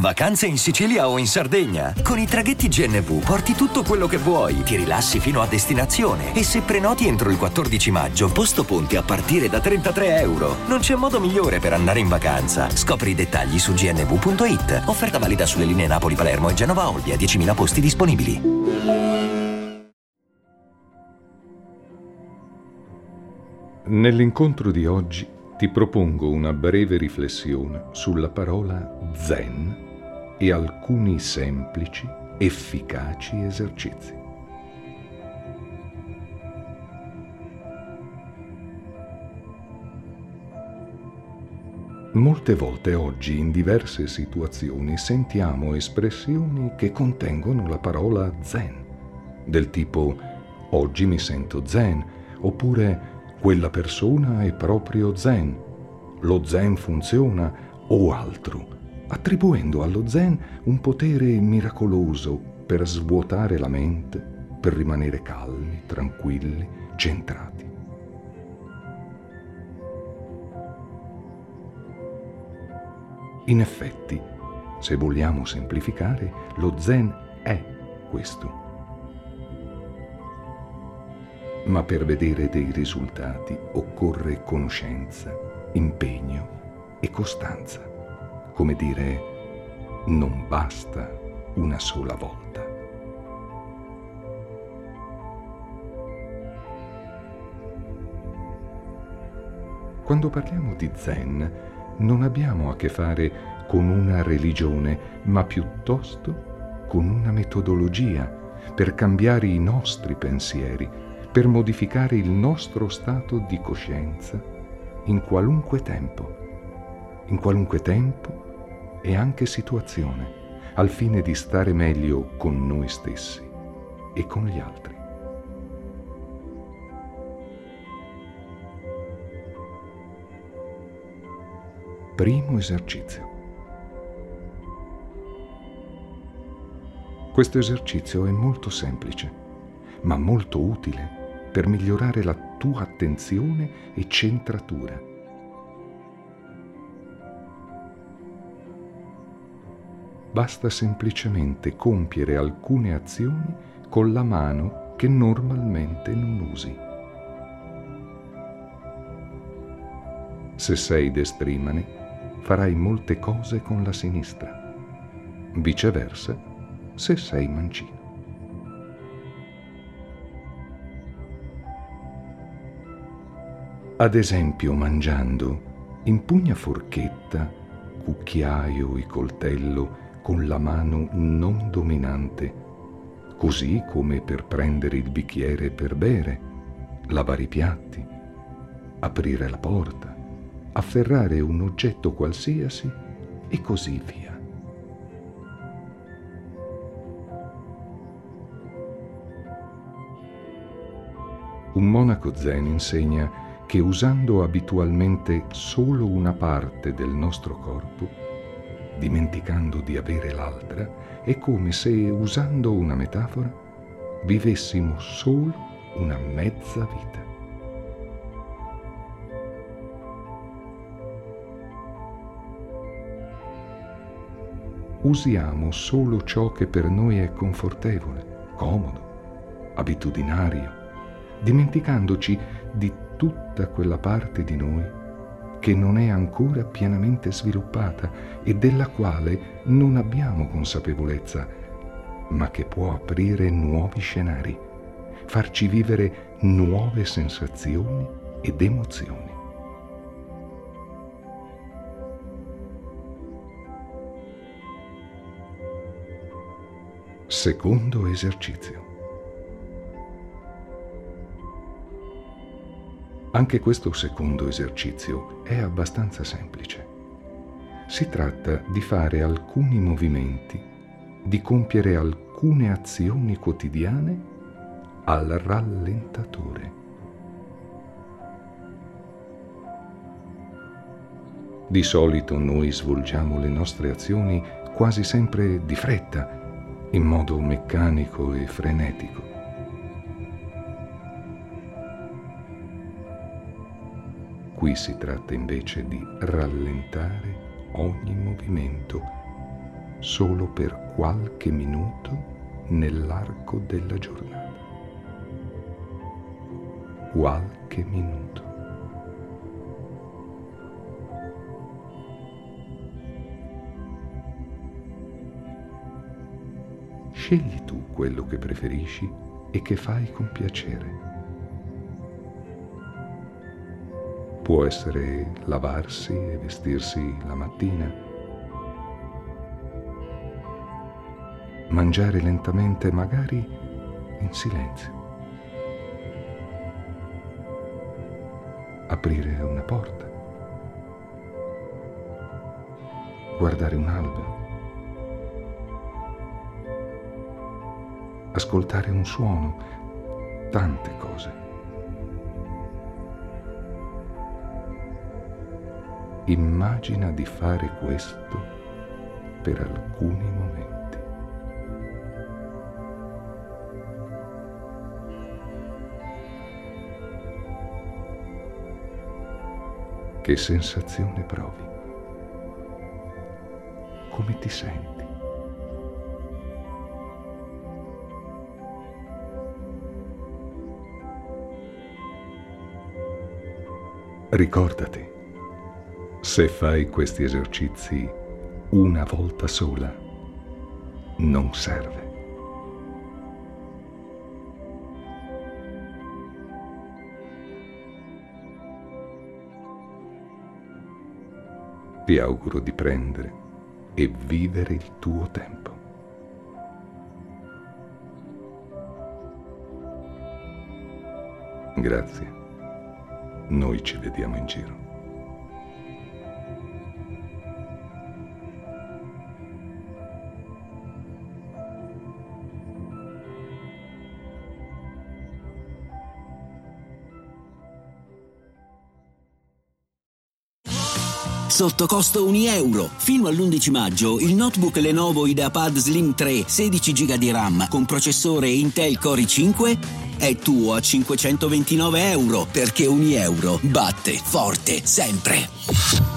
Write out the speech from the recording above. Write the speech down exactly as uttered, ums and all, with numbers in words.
Vacanze in Sicilia o in Sardegna? Con i traghetti G N V porti tutto quello che vuoi, ti rilassi fino a destinazione e se prenoti entro il quattordici maggio, posto ponti a partire da trentatré euro. Non c'è modo migliore per andare in vacanza. Scopri i dettagli su g n v punto i t. Offerta valida sulle linee Napoli-Palermo e Genova-Olbia, diecimila posti disponibili. Nell'incontro di oggi ti propongo una breve riflessione sulla parola Zen e alcuni semplici, efficaci esercizi. Molte volte oggi in diverse situazioni sentiamo espressioni che contengono la parola Zen, del tipo oggi mi sento Zen, oppure quella persona è proprio Zen, lo Zen funziona o altro, attribuendo allo Zen un potere miracoloso per svuotare la mente, per rimanere calmi, tranquilli, centrati. In effetti, se vogliamo semplificare, lo Zen è questo. Ma per vedere dei risultati occorre conoscenza, impegno e costanza. Come dire, non basta una sola volta. Quando parliamo di Zen, non abbiamo a che fare con una religione, ma piuttosto con una metodologia per cambiare i nostri pensieri, per modificare il nostro stato di coscienza in qualunque tempo, in qualunque tempo e anche situazione, al fine di stare meglio con noi stessi e con gli altri. Primo esercizio. Questo esercizio è molto semplice, ma molto utile per migliorare la tua attenzione e centratura. Basta semplicemente compiere alcune azioni con la mano che normalmente non usi. Se sei destrimane, farai molte cose con la sinistra. Viceversa, se sei mancino. Ad esempio, mangiando, impugna forchetta, cucchiaio e coltello con la mano non dominante, così come per prendere il bicchiere per bere, lavare i piatti, aprire la porta, afferrare un oggetto qualsiasi e così via. Un monaco zen insegna che usando abitualmente solo una parte del nostro corpo, dimenticando di avere l'altra, è come se, usando una metafora, vivessimo solo una mezza vita. Usiamo solo ciò che per noi è confortevole, comodo, abitudinario, dimenticandoci di tutta quella parte di noi che non è ancora pienamente sviluppata e della quale non abbiamo consapevolezza, ma che può aprire nuovi scenari, farci vivere nuove sensazioni ed emozioni. Secondo esercizio. Anche questo secondo esercizio è abbastanza semplice. Si tratta di fare alcuni movimenti, di compiere alcune azioni quotidiane al rallentatore. Di solito noi svolgiamo le nostre azioni quasi sempre di fretta, in modo meccanico e frenetico. Qui si tratta invece di rallentare ogni movimento solo per qualche minuto nell'arco della giornata. Qualche minuto. Scegli tu quello che preferisci e che fai con piacere. Può essere lavarsi e vestirsi la mattina, mangiare lentamente, magari in silenzio, aprire una porta, guardare un albero, ascoltare un suono, tante cose. Immagina di fare questo per alcuni momenti. Che sensazione provi? Come ti senti? Ricordati, se fai questi esercizi una volta sola, non serve. Ti auguro di prendere e vivere il tuo tempo. Grazie. Noi ci vediamo in giro. Sotto costo un euro. Fino all'undici maggio il notebook Lenovo IdeaPad Slim tre sedici giga di RAM con processore Intel Core i cinque è tuo a cinquecentoventinove euro, perché un euro batte forte sempre.